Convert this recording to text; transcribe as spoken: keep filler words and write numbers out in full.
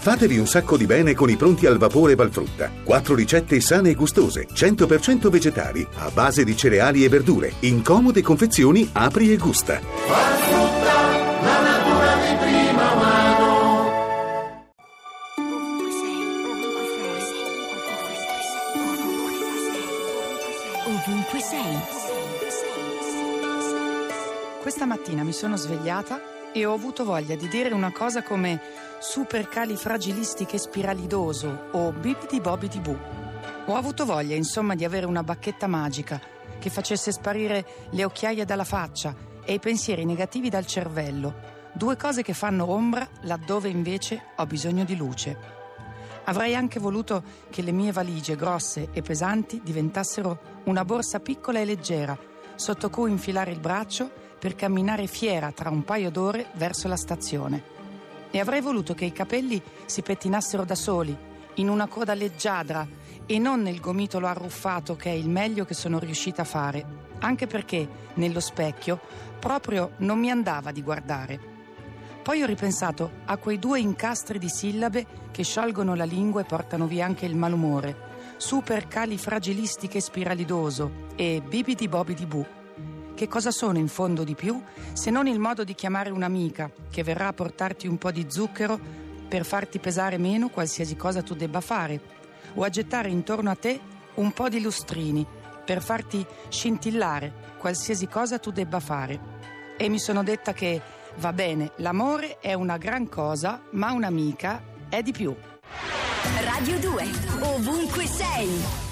Fatevi un sacco di bene con i pronti al vapore Valfrutta. Quattro ricette sane e gustose, cento per cento vegetali, a base di cereali e verdure, in comode confezioni Apri e Gusta. Valfrutta, la natura di prima mano. Ovunque sei. Questa mattina mi sono svegliata e ho avuto voglia di dire una cosa come supercalifragilistichespiralidoso o bibidi bobidi bu. Ho avuto voglia, insomma, di avere una bacchetta magica che facesse sparire le occhiaie dalla faccia e i pensieri negativi dal cervello, due cose che fanno ombra laddove invece ho bisogno di luce. Avrei anche voluto che le mie valigie grosse e pesanti diventassero una borsa piccola e leggera, sotto cui infilare il braccio per camminare fiera tra un paio d'ore verso la stazione. E avrei voluto che i capelli si pettinassero da soli, in una coda leggiadra e non nel gomitolo arruffato, che è il meglio che sono riuscita a fare, anche perché nello specchio proprio non mi andava di guardare. Poi ho ripensato a quei due incastri di sillabe che sciolgono la lingua e portano via anche il malumore, supercalifragilistichespiralidoso e bibidi bobidi bu. Che cosa sono in fondo di più se non il modo di chiamare un'amica che verrà a portarti un po' di zucchero per farti pesare meno qualsiasi cosa tu debba fare, o a gettare intorno a te un po' di lustrini per farti scintillare qualsiasi cosa tu debba fare. E mi sono detta che va bene, l'amore è una gran cosa, ma un'amica è di più. Radio due, ovunque sei.